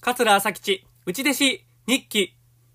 桂朝吉内弟子日記。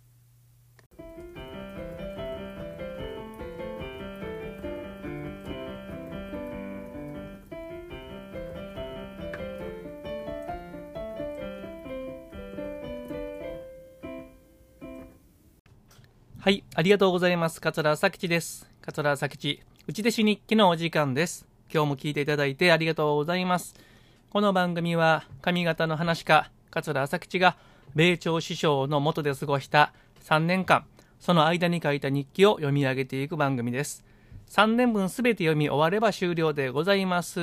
はい、ありがとうございます。桂朝吉です。桂朝吉内弟子日記のお時間です。今日も聞いていただいてありがとうございます。この番組は上方の噺家桂朝吉が米朝師匠の下で過ごした3年間、その間に書いた日記を読み上げていく番組です。3年分すべて読み終われば終了でございます。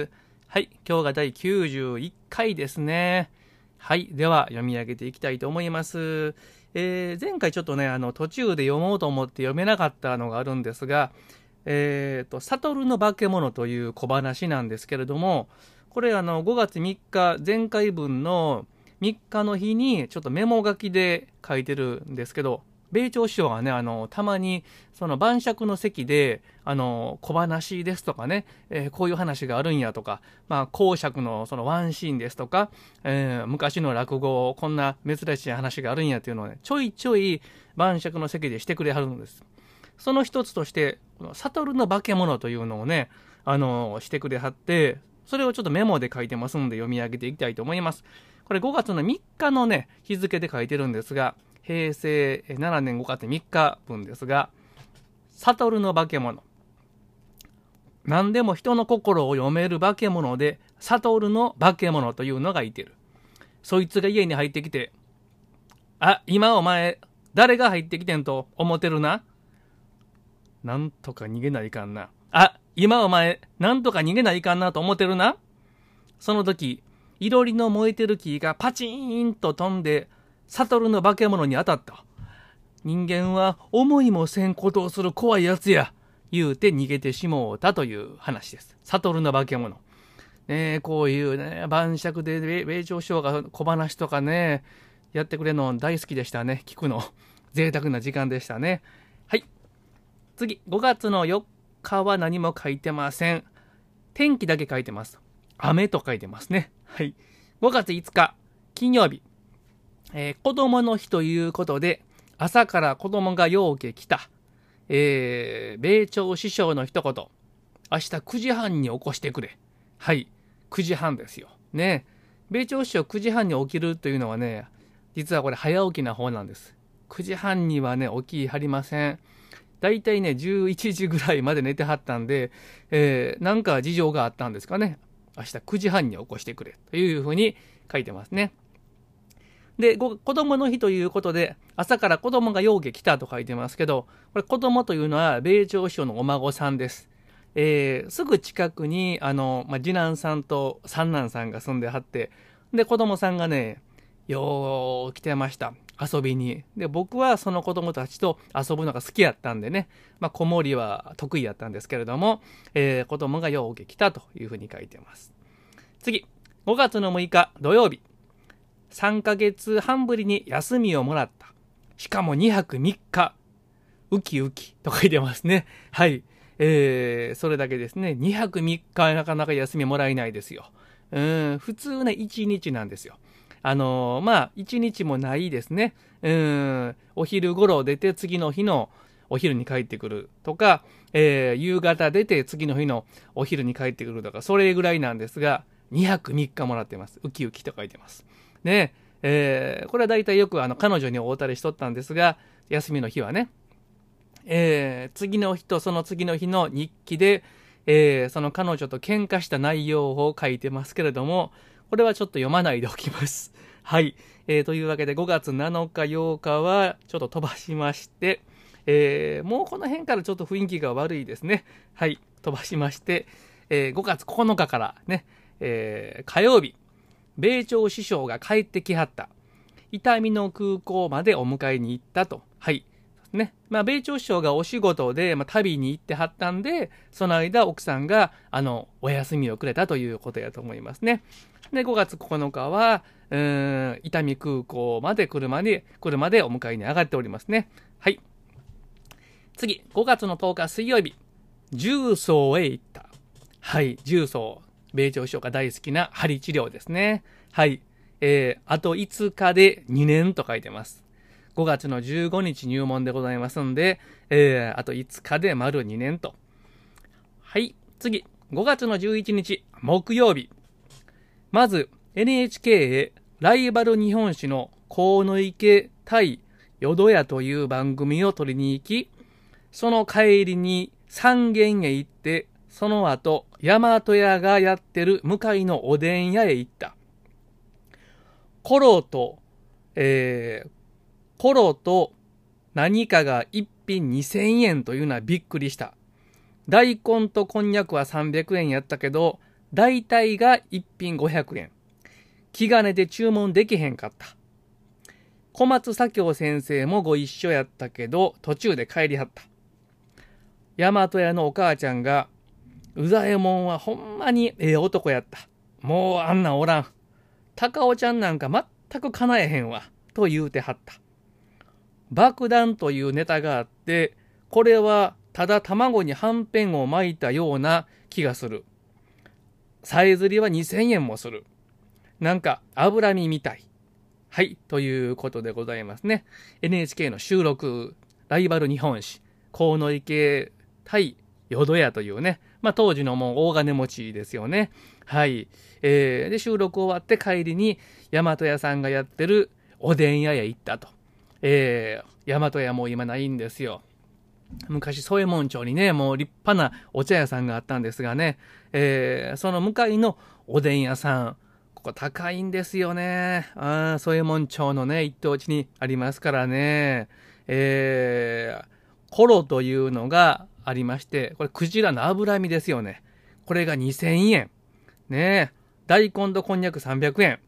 はい、今日が第91回ですね。はい、では読み上げていきたいと思います。前回ちょっとね、途中で読もうと思って読めなかったのがあるんですが、悟の化け物という小話なんですけれども、これ5月3日、前回分の3日の日にちょっとメモ書きで書いてるんですけど、米朝師匠がね、たまにその晩酌の席で、小話ですとかね、こういう話があるんやとか、講釈のそのワンシーンですとか、昔の落語、こんな珍しい話があるんやっていうのをね、ちょいちょい晩酌の席でしてくれはるんです。その一つとして、悟の化け物というのをね、してくれはって、それをちょっとメモで書いてますんで読み上げていきたいと思います。これ5月の3日のね、日付で書いてるんですが、平成7年5月3日分ですが、悟の化け物。何でも人の心を読める化け物で、悟の化け物というのがいてる。そいつが家に入ってきて、今お前、誰が入ってきてんと思ってるな。なんとか逃げないかんな。今お前、なんとか逃げないかんなと思ってるな。その時、いろりの燃えてる木がパチーンと飛んで、悟の化け物に当たった。人間は思いもせんことをする怖いやつや。言うて逃げてしもうたという話です。悟の化け物。こういうね、晩酌で米朝師匠が小話とかね、やってくれるの大好きでしたね。聞くの。贅沢な時間でしたね。はい。次、5月の4日は何も書いてません。天気だけ書いてます。雨と書いてますね。はい。5月5日、金曜日。子供の日ということで、朝から子供がようけ来た。米朝師匠の一言。明日9時半に起こしてくれ。はい。9時半ですよ。ね。米朝師匠9時半に起きるというのはね、実はこれ早起きな方なんです。9時半にはね、起きはりません。だいたいね、11時ぐらいまで寝てはったんで、なんか事情があったんですかね。明日9時半に起こしてくれ。というふうに書いてますね。で、子供の日ということで、朝から子供がようけ来たと書いてますけど、これ子供というのは米朝師匠のお孫さんです。すぐ近くに、次男さんと三男さんが住んではって、で、子供さんがね、よう来てました。遊びに。で、僕はその子供たちと遊ぶのが好きやったんでね、子守は得意やったんですけれども、子供がようけ来たというふうに書いてます。次、5月の6日土曜日。3ヶ月半ぶりに休みをもらった。しかも2泊3日。ウキウキと書いてますね。はい。それだけですね。2泊3日なかなか休みもらえないですよ。普通ね、1日なんですよ。1日もないですね。お昼頃出て次の日のお昼に帰ってくるとか、夕方出て次の日のお昼に帰ってくるとか、それぐらいなんですが、2泊3日もらってます。ウキウキと書いてます。ね、これは大体よく彼女に会うたりしとったんですが、休みの日はね、次の日とその次の日の日記で、その彼女と喧嘩した内容を書いてますけれども、これはちょっと読まないでおきます。はい。というわけで5月7日、8日はちょっと飛ばしまして、もうこの辺からちょっと雰囲気が悪いですね。はい。飛ばしまして、5月9日からね、火曜日、米朝師匠が帰ってきはった。伊丹の空港までお迎えに行ったと。はい。ね。米朝師匠がお仕事で、旅に行ってはったんで、その間奥さんが、お休みをくれたということやと思いますね。で、5月9日は、伊丹空港まで車でお迎えに上がっておりますね。はい。次、5月の10日水曜日、重曹へ行った。はい、重曹。米朝師匠が大好きな針治療ですね。はい。 あと5日で2年と書いてます。5月の15日入門でございますんで、あと5日で丸2年と。はい、次。5月の11日、木曜日。まず、NHK へライバル日本史の鴻池対淀屋という番組を撮りに行き、その帰りに三軒へ行って、その後、大和屋がやってる向かいのおでん屋へ行った。コロと何かが一品2000円というのはびっくりした。大根とこんにゃくは300円やったけど、大体が一品500円。気兼ねで注文できへんかった。小松左京先生もご一緒やったけど、途中で帰りはった。大和屋のお母ちゃんが、うざえもんはほんまにええ男やった。もうあんなんおらん。高尾ちゃんなんか全く叶えへんわ。と言うてはった。爆弾というネタがあって、これはただ卵にはんぺんを巻いたような気がする。さえずりは2000円もする。なんか脂身みたい。はい、ということでございますね。NHK の収録、ライバル日本史、鴻池対淀屋というね、当時のもう大金持ちですよね。はい。で、収録終わって帰りに、大和屋さんがやってるおでん屋へ行ったと。大和屋も今ないんですよ。昔、添右衛門町にね、もう立派なお茶屋さんがあったんですがね、その向かいのおでん屋さん、ここ高いんですよね。添右衛門町のね、一等地にありますからね。コロというのがありまして、これクジラの脂身ですよね。これが2000円。ね大根とこんにゃく300円。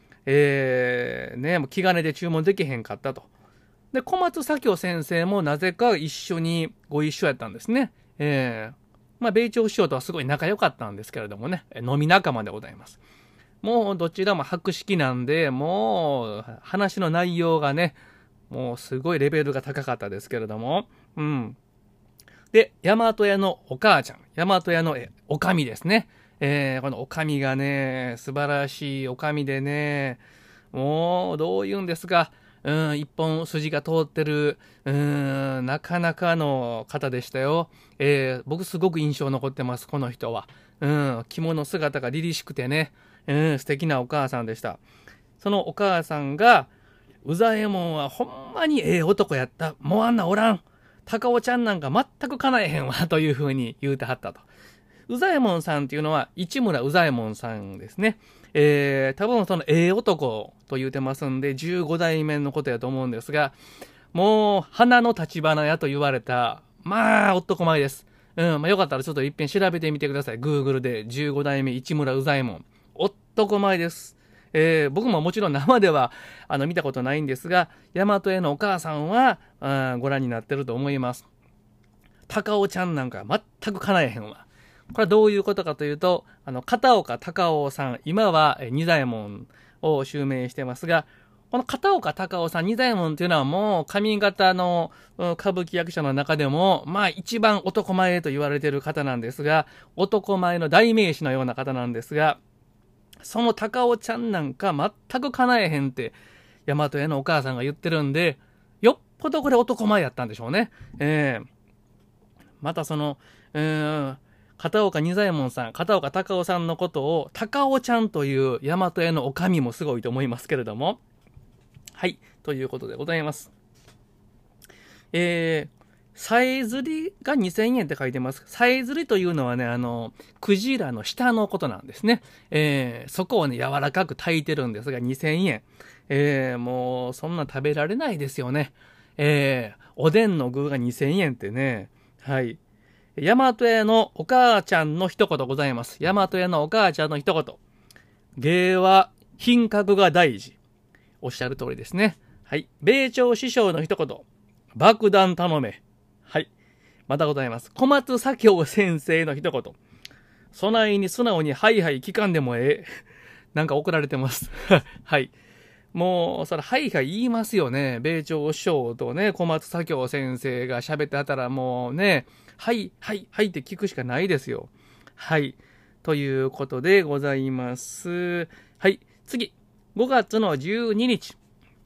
もう気兼ねで注文できへんかったと。で、小松左京先生もなぜかご一緒やったんですね。米朝師匠とはすごい仲良かったんですけれどもね、飲み仲間でございます。もうどちらも博識なんで、もう話の内容がね、もうすごいレベルが高かったですけれども、で、大和屋のお母ちゃん、大和屋のおかみですね。このおかみがね、素晴らしいおかみでね、もうどう言うんですか、一本筋が通ってる、なかなかの方でしたよ。僕すごく印象残ってます、この人は。着物姿が凛々しくてね、素敵なお母さんでした。そのお母さんが、うざえもんはほんまにええ男やった。もうあんなおらん。高尾ちゃんなんか全く叶えへんわ。というふうに言うてはったと。うざえもんさんっていうのは、市村うざえもんさんですね。多分そのええ男と言うてますんで、15代目のことやと思うんですが、もう、花の立花やと言われた、男前です。よかったらちょっと一遍調べてみてください。Google で15代目市村うざえもん。男前です。僕ももちろん生では見たことないんですが、大和屋のお母さんはご覧になってると思います。高尾ちゃんなんか全く叶えへんわ。これはどういうことかというと、片岡隆夫さん、今は二左衛門を襲名してますが、この片岡隆夫さん、二左衛門っていうのはもう上方の歌舞伎役者の中でも、一番男前と言われている方なんですが、男前の代名詞のような方なんですが、その高尾ちゃんなんか全く叶えへんって、大和屋のお母さんが言ってるんで、よっぽどこれ男前やったんでしょうね。またその、片岡仁左衛門さん、片岡隆夫さんのことを、高尾ちゃんという大和屋のおかみもすごいと思いますけれども。はい、ということでございます。さえずりが2000円って書いてます。さえずりというのはね、クジラの下のことなんですね。そこをね、柔らかく炊いてるんですが、2000円。もう、そんな食べられないですよね。おでんの具が2000円ってね、はい。大和屋のお母ちゃんの一言ございます。大和屋のお母ちゃんの一言。芸は品格が大事。おっしゃる通りですね。はい。米朝師匠の一言。爆弾頼め。はい。またございます。小松左京先生の一言。備えに素直にはいはい聞かんでもええ。なんか怒られてます。はい。もう、それ、はいはい言いますよね。米朝師匠とね、小松左京先生が喋ってはったらもうね、はい、はい、はいって聞くしかないですよ。はい。ということでございます。はい。次。 5月の12日。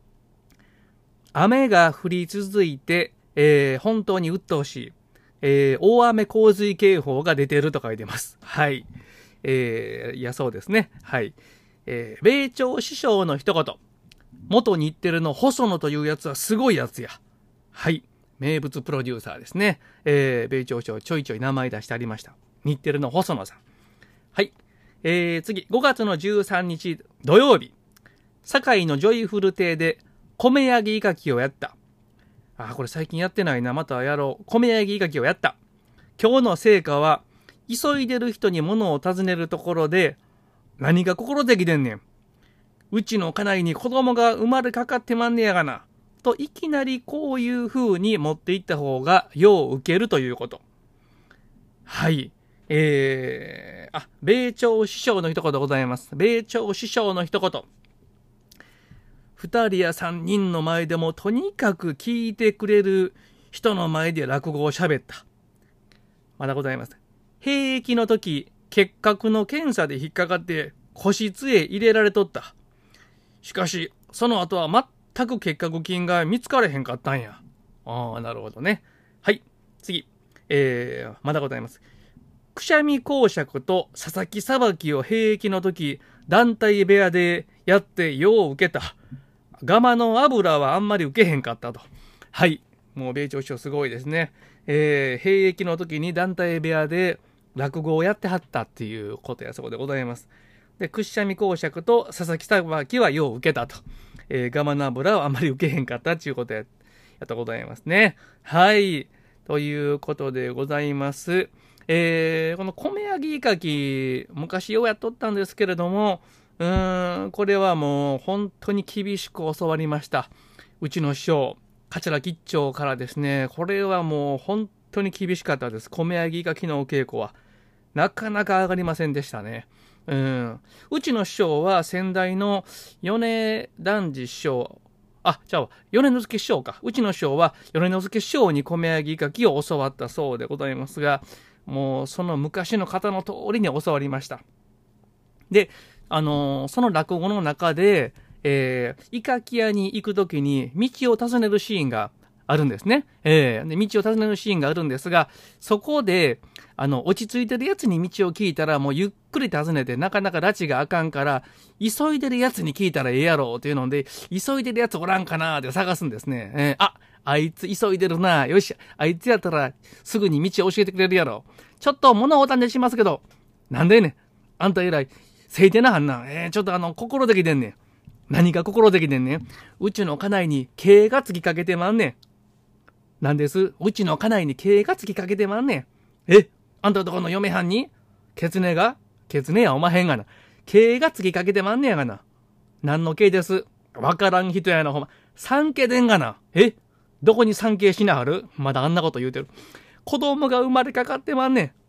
雨が降り続いて、本当に鬱陶しい、大雨洪水警報が出てると書いてます。はい。いや、そうですね。はい。米朝師匠の一言。元日テレの細野というやつはすごいやつや。はい。名物プロデューサーですね。米朝師匠ちょいちょい名前出してありました。日テレの細野さん。はい。次、5月の13日土曜日。堺のジョイフル亭で米焼きイカキをやった。これ最近やってないな。またやろう。米焼きイカキをやった。今日の成果は、急いでる人に物を尋ねるところで、何が心的でんねん。うちの家内に子供が生まれかかってまんねやがな。といきなりこういう風に持っていった方がよう受けるということ。はい。米朝師匠の一言でございます。米朝師匠の一言。2人や3人の前でもとにかく聞いてくれる人の前で落語を喋った。まだございます。兵役の時、結核の検査で引っかかって個室へ入れられとった。しかし、その後は全く結核菌が見つかれへんかったんや。なるほどね。はい、次。まだございます。くしゃみ講釈と佐々木さばきを兵役の時、団体部屋でやってよう受けた。ガマの油はあんまり受けへんかったと。はい。もう米朝師匠すごいですね。兵役の時に団体部屋で落語をやってはったっていうことやそうでございます。で、くっしゃみ講釈と佐々木さばきはよう受けたと。ガマの油はあんまり受けへんかったっていうことやとございますね。はい。ということでございます。この米焼きイカキ、昔ようやっとったんですけれども、これはもう本当に厳しく教わりました。うちの師匠、桂吉兆からですね、これはもう本当に厳しかったです。米焼きイカキのお稽古は。なかなか上がりませんでしたね。うちの師匠は先代の米團次師匠、米之助師匠か。うちの師匠は米之助師匠に米焼きイカキを教わったそうでございますが、もうその昔の方の通りに教わりました。で、その落語の中で、イカキ屋に行くときに道を尋ねるシーンがあるんですね。で道を尋ねるシーンがあるんですが、そこで、落ち着いてるやつに道を聞いたら、もうゆっくり尋ねて、なかなか拉致があかんから、急いでるやつに聞いたらええやろっていうので、急いでるやつおらんかなって探すんですね。あいつ急いでるな。よし、あいつやったらすぐに道を教えてくれるやろ。ちょっと物をおたんでしますけど、なんでね、あんた以来、せいてなはんな。ちょっと心的でんねん。何が心的でんねん。うちの家内に刑がつきかけてまんねん。なんです。うちの家内に刑がつきかけてまんねん。あんたとこの嫁はんにケツネやおまへんがな。刑がつきかけてまんねやがな。何の刑です。わからん人やな、ほんま。産刑でんがな。どこに産刑しなはる。まだあんなこと言うてる。子供が生まれかかってまんねん。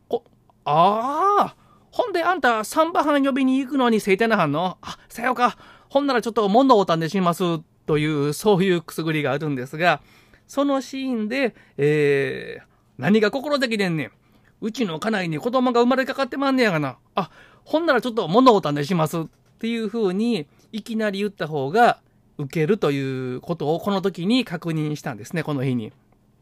ほんであんたサンバハン呼びに行くのにせいてなはんの。さよか。ほんならちょっと物をおたんでしますという、そういうくすぐりがあるんですが、そのシーンで、何が心的でんねん。うちの家内に子供が生まれかかってまんねやがな。ほんならちょっと物をおたんでしますっていう風にいきなり言った方が受けるということをこの時に確認したんですね、この日に。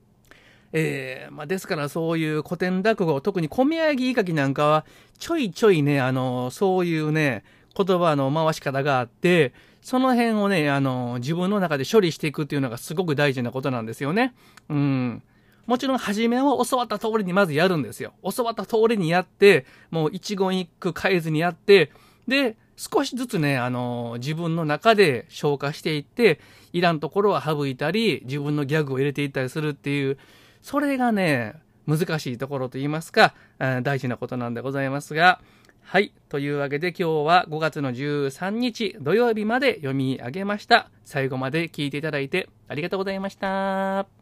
ですからそういう古典落語、特に米焼きイカキなんかはちょいちょいね、そういうね、言葉の回し方があって、その辺をね、自分の中で処理していくっていうのがすごく大事なことなんですよね。もちろん初めは教わった通りにまずやるんですよ。教わった通りにやって、もう一言一句変えずにやって、で、少しずつね、自分の中で消化していって、いらんところは省いたり、自分のギャグを入れていったりするっていう、それがね、難しいところといいますか、大事なことなんでございますが、はい。というわけで今日は5月の13日土曜日まで読み上げました。最後まで聞いていただいてありがとうございました。